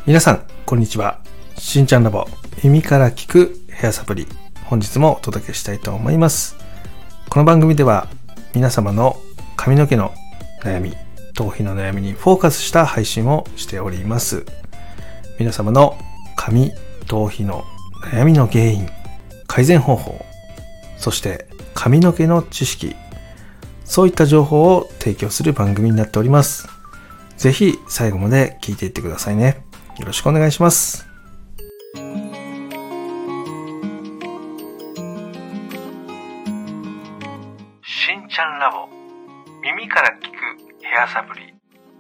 皆さんこんにちは。しんちゃんラボ耳から聞くヘアサプリ、本日もお届けしたいと思います。この番組では皆様の髪の毛の悩み、頭皮の悩みにフォーカスした配信をしております。皆様の髪、頭皮の悩みの原因、改善方法、そして髪の毛の知識、そういった情報を提供する番組になっております。ぜひ最後まで聞いていってくださいね。よろしくお願いします。しんちゃんラボ耳から聞くヘアサプリ。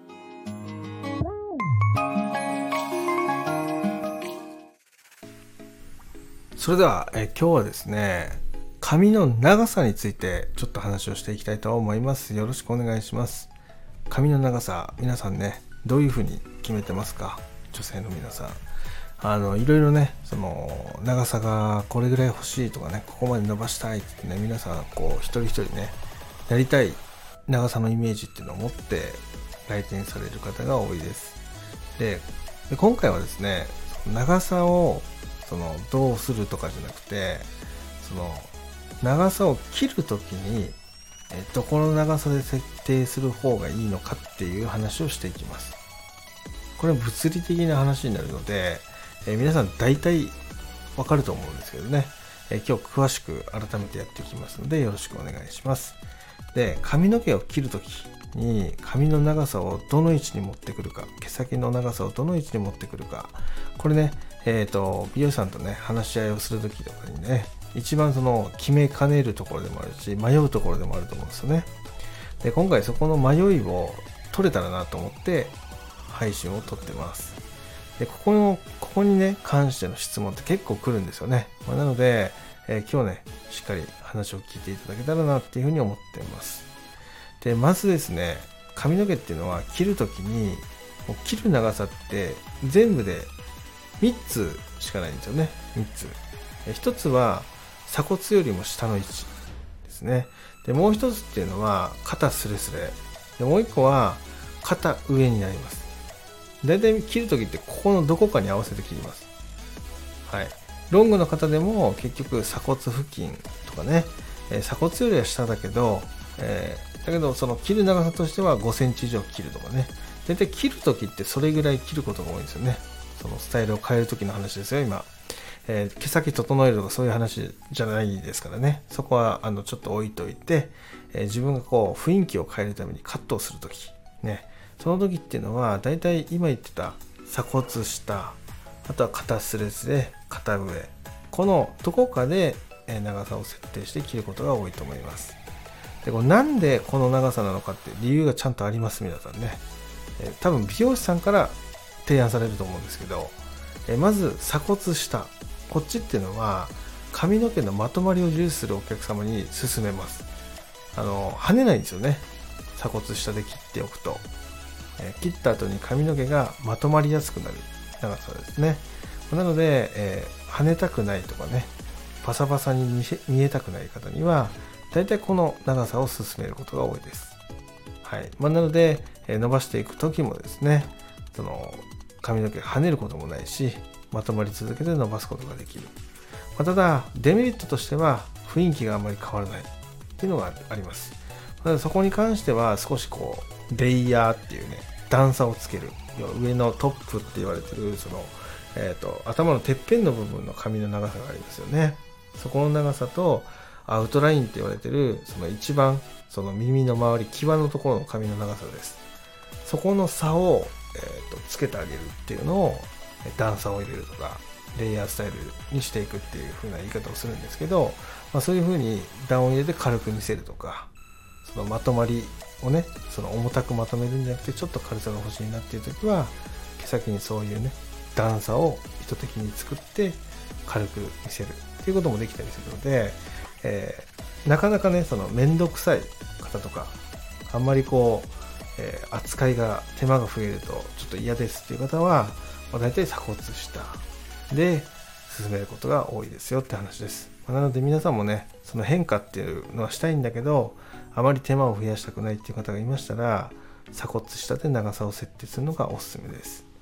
それでは今日はですね、髪の長さについてちょっと話をしていきたいと思います。よろしくお願いします。髪の長さ、皆さんね、どういうふうに決めてますか？女性の皆さん、いろいろね、その長さがこれぐらい欲しいとかね、ここまで伸ばしたいってね、皆さんこう一人一人ね、やりたい長さのイメージっていうのを持って来店される方が多いです。で今回はですね、長さをどうするとかじゃなくて、その長さを切るときにどこの長さで設定する方がいいのかっていう話をしていきます。これは物理的な話になるので、皆さん大体わかると思うんですけどね、今日詳しく改めてやっていきますのでよろしくお願いします。で、髪の毛を切るときに髪の長さをどの位置に持ってくるか、毛先の長さをどの位置に持ってくるか、これね、美容師さんとね話し合いをするときとかにね、一番決めかねるところでもあるし、迷うところでもあると思うんですよね。で、今回そこの迷いを取れたらなと思って配信を撮ってます。で、ここにね関しての質問って結構来るんですよね。なので、今日ねしっかり話を聞いていただけたらなっていうふうに思っています。で、まずですね、髪の毛っていうのは切るときに、もう切る長さって全部で3つしかないんですよね。3つ。1つは鎖骨よりも下の位置ですね。で、もう1つっていうのは肩スレスレで、もう1個は肩上になります。だいたい切るときってここのどこかに合わせて切ります。はい。ロングの方でも結局鎖骨付近とかね、鎖骨よりは下だけど、その切る長さとしては5センチ以上切るとかね。だいたい切るときってそれぐらい切ることが多いんですよね。そのスタイルを変えるときの話ですよ、今。毛先整えるとかそういう話じゃないですからね。そこはちょっと置いといて、自分がこう雰囲気を変えるためにカットをするときね、その時っていうのはだいたい今言ってた鎖骨下、あとは肩スレスレ、肩上、このどこかで長さを設定して切ることが多いと思います。で、なんでこの長さなのかって理由がちゃんとあります。皆さんね、多分美容師さんから提案されると思うんですけど、まず鎖骨下、こっちっていうのは髪の毛のまとまりを重視するお客様に勧めます。跳ねないんですよね、鎖骨下で切っておくと。切った後に髪の毛がまとまりやすくなる長さですね。なので、跳ねたくないとかね、パサパサに見えたくない方にはだいたいこの長さを勧めることが多いです。はい。なので、伸ばしていく時もですね、髪の毛が跳ねることもないし、まとまり続けて伸ばすことができる。ただデメリットとしては雰囲気があまり変わらないっていうのがあります。そこに関しては少しレイヤーっていうね、段差をつける。上のトップって言われてる頭のてっぺんの部分の髪の長さがありますよね。そこの長さとアウトラインって言われてる一番耳の周り、際のところの髪の長さです。そこの差を、つけてあげるっていうのを段差を入れるとかレイヤースタイルにしていくっていう風な言い方をするんですけど、そういう風に段を入れて軽く見せるとか、まとまりをね、重たくまとめるんじゃなくてちょっと軽さが欲しいなっていう時は毛先にそういうね段差を意図的に作って軽く見せるっていうこともできたりするので、なかなかねめんどくさい方とか、あんまり扱いが手間が増えるとちょっと嫌ですっていう方は、だいたい鎖骨下で進めることが多いですよって話です。なので皆さんもね、その変化っていうのはしたいんだけど、あまり手間を増やしたくないっていう方がいましたら、鎖骨下で長さを設定するのがおすすめです。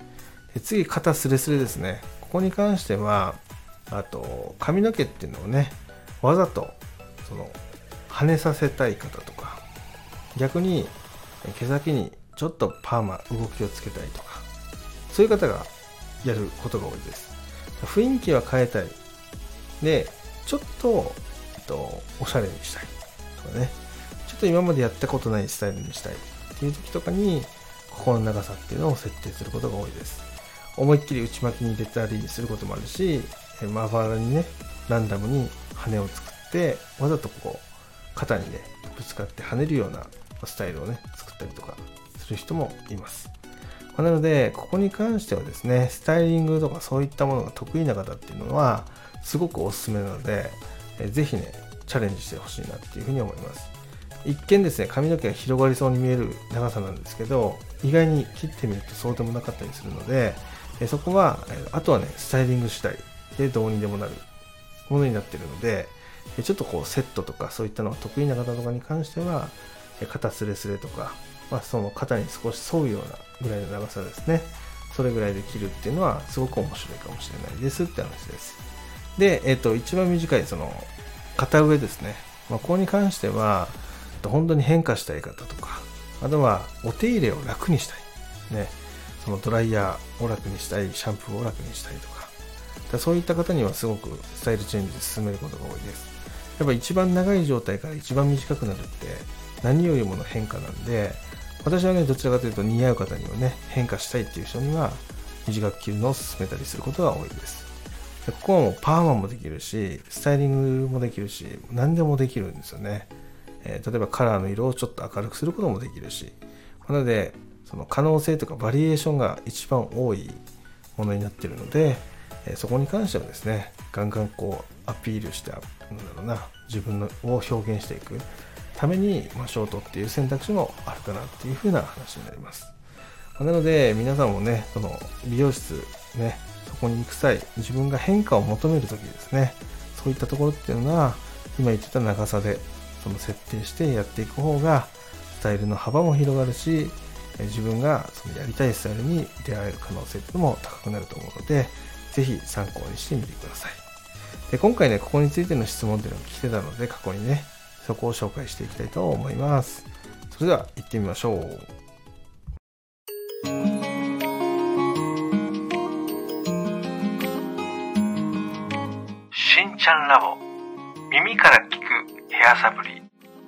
次、肩スレスレですね。ここに関しては、あと髪の毛っていうのをね、わざと跳ねさせたい方とか、逆に毛先にちょっとパーマ動きをつけたいとか、そういう方がやることが多いです。雰囲気は変えたい。で、ちょっと、おしゃれにしたいとかね、ちょっと今までやったことないスタイルにしたいっていう時とかに、ここの長さっていうのを設定することが多いです。思いっきり内巻きに入れたりすることもあるし、まばらにね、ランダムに羽を作って、わざと肩にね、ぶつかって跳ねるようなスタイルをね、作ったりとかする人もいます。なので、ここに関してはですね、スタイリングとかそういったものが得意な方っていうのは、すごくおすすめなので、ぜひね、チャレンジしてほしいなっていうふうに思います。一見ですね、髪の毛が広がりそうに見える長さなんですけど、意外に切ってみるとそうでもなかったりするので、そこは、あとはね、スタイリング次第でどうにでもなるものになっているので、ちょっとセットとかそういったのが得意な方とかに関しては、肩スレスレとか、その肩に少し沿うようなぐらいの長さですね。それぐらいで切るっていうのはすごく面白いかもしれないですって話です。で、一番短い肩上ですね。ここに関しては、本当に変化したい方とか、あとはお手入れを楽にしたい。ね。そのドライヤーを楽にしたい、シャンプーを楽にしたいとか。そういった方にはすごくスタイルチェンジで進めることが多いです。やっぱ一番長い状態から一番短くなるって何よりもの変化なんで、私はね、どちらかというと似合う方にはね、変化したいっていう人には短く切るのを勧めたりすることが多いです。ここはもうパーマもできるし、スタイリングもできるし、何でもできるんですよね。例えばカラーの色をちょっと明るくすることもできるし、なので、その可能性とかバリエーションが一番多いものになっているので、そこに関してはですね、ガンガンアピールして、自分を表現していくために、ショートっていう選択肢もあるかなっていう風な話になります。なので、皆さんもね、美容室ね、そこに行く際、自分が変化を求めるときですね、そういったところっていうのは、今言ってた長さで設定してやっていく方が、スタイルの幅も広がるし、自分がやりたいスタイルに出会える可能性っていうのも高くなると思うので、ぜひ参考にしてみてください。で、今回ね、ここについての質問っていうのが来てたので、過去にね、そこを紹介していきたいと思います。それでは行ってみましょう。 しんちゃんラボ、耳から聞くヘアサプリ。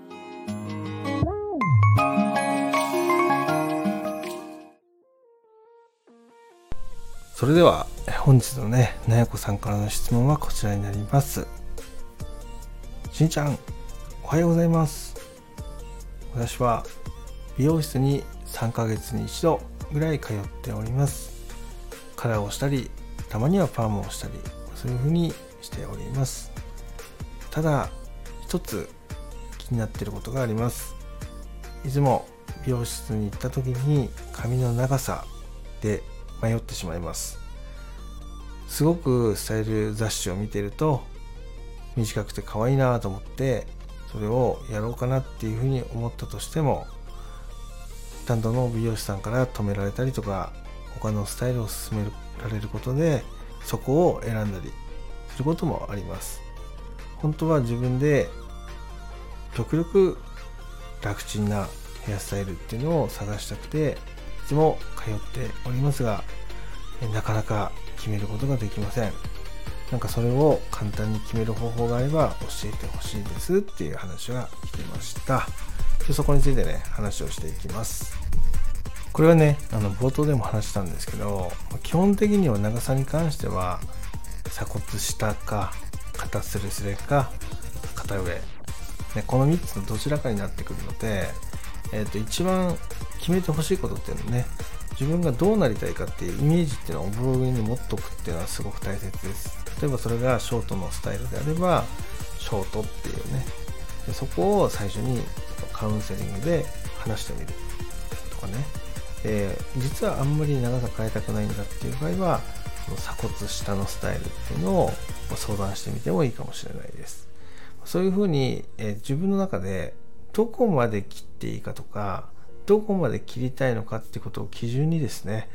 それでは本日のね、なやこさんからの質問はこちらになります。しんちゃん、おはようございます。私は美容室に3ヶ月に1度ぐらい通っております。カラーをしたり、たまにはパーマをしたり、そういう風にしております。ただ、一つ気になっていることがあります。いつも美容室に行った時に髪の長さで迷ってしまいます。すごくスタイル雑誌を見ていると短くて可愛いなと思ってそれをやろうかなっていうふうに思ったとしても、担当の美容師さんから止められたりとか、他のスタイルを勧められることでそこを選んだりすることもあります。本当は自分で極力楽ちんなヘアスタイルっていうのを探したくていつも通っておりますが、なかなか決めることができません。それを簡単に決める方法があれば教えてほしいですっていう話が来てました。そこについてね、話をしていきます。これはね、冒頭でも話したんですけど、基本的には長さに関しては鎖骨下か肩スレスレか肩上、この3つのどちらかになってくるので、一番決めてほしいことっていうのはね、自分がどうなりたいかっていうイメージっていうのをブログに持っとくっていうのはすごく大切です。例えばそれがショートのスタイルであればショートっていうね、でそこを最初にカウンセリングで話してみるとかね、実はあんまり長さ変えたくないんだっていう場合は鎖骨下のスタイルっていうのを相談してみてもいいかもしれないです。そういうふうに、自分の中でどこまで切っていいかとか、どこまで切りたいのかっていうことを基準にですね、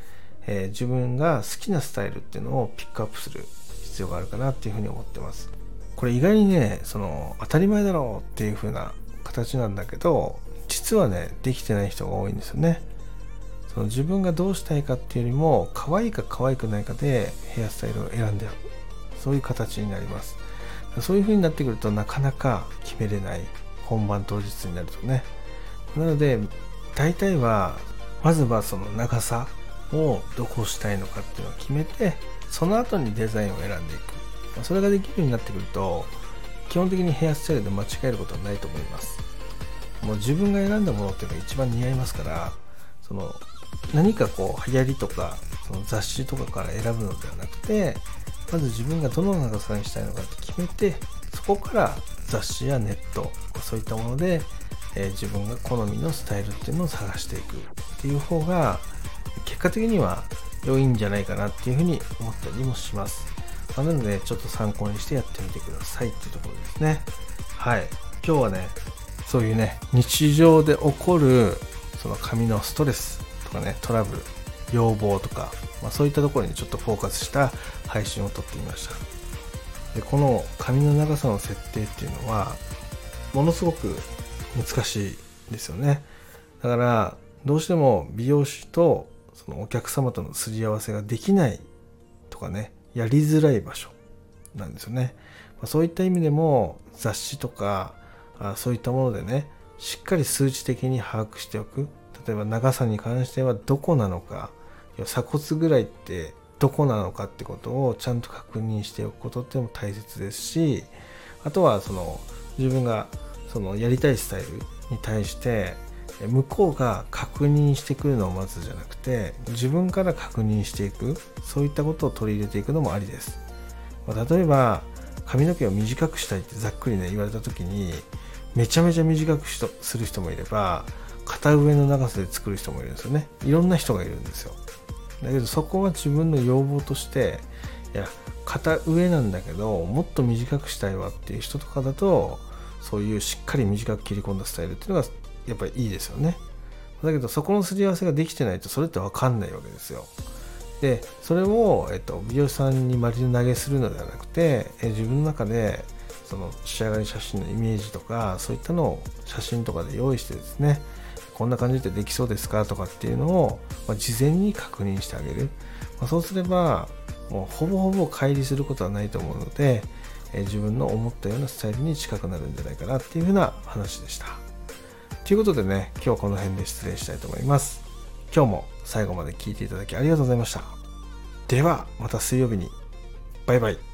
自分が好きなスタイルっていうのをピックアップする必要があるかなっていうふうに思ってます。これ意外にね、当たり前だろうっていう風な形なんだけど、実はね、できてない人が多いんですよね。自分がどうしたいかっていうよりも、可愛いか可愛くないかでヘアスタイルを選んである、そういう形になります。そういう風になってくるとなかなか決めれない、本番当日になるとね。なので大体はまずはその長さをどこをしたいのかっていうのを決めて、その後にデザインを選んでいく。それができるようになってくると、基本的にヘアスタイルで間違えることはないと思います。もう自分が選んだものっていうのが一番似合いますから、何か流行りとか雑誌とかから選ぶのではなくて、まず自分がどの長さにしたいのかって決めて、そこから雑誌やネット、そういったもので、自分が好みのスタイルっていうのを探していくっていう方が結果的には良いんじゃないかなっていうふうに思ったりもします。なのでちょっと参考にしてやってみてくださいっていうところですね。はい、今日はね、そういうね、日常で起こる髪のストレスとかね、トラブル、要望とか、そういったところにちょっとフォーカスした配信を撮ってみました。で、この髪の長さの設定っていうのはものすごく難しいですよね。だからどうしても美容師とお客様とのすり合わせができないとかね、やりづらい場所なんですよね。そういった意味でも雑誌とかそういったものでね、しっかり数値的に把握しておく。例えば長さに関してはどこなのか、鎖骨ぐらいってどこなのかってことをちゃんと確認しておくことっても大切ですし、あとは自分がやりたいスタイルに対して向こうが確認してくるのを待つじゃなくて、自分から確認していく、そういったことを取り入れていくのもありです。例えば髪の毛を短くしたいってざっくりね言われた時に、めちゃめちゃ短くする人もいれば、片上の長さで作る人もいるんですよね。いろんな人がいるんですよ。だけどそこは自分の要望として、いや片上なんだけどもっと短くしたいわっていう人とかだと、そういうしっかり短く切り込んだスタイルっていうのがやっぱりいいですよね。だけどそこのすり合わせができてないとそれって分かんないわけですよ。でそれを、美容師さんに丸投げするのではなくて、自分の中で仕上がり写真のイメージとか、そういったのを写真とかで用意してですね、こんな感じでできそうですかとかっていうのを、事前に確認してあげる。そうすればもうほぼほぼ乖離することはないと思うので、自分の思ったようなスタイルに近くなるんじゃないかなっていうふうな話でした。ということでね、今日はこの辺で失礼したいと思います。今日も最後まで聞いていただきありがとうございました。ではまた水曜日に。バイバイ。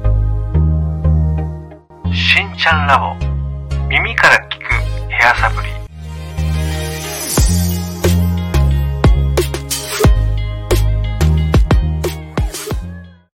しんちゃんラボ、耳から聞くヘアサプリ。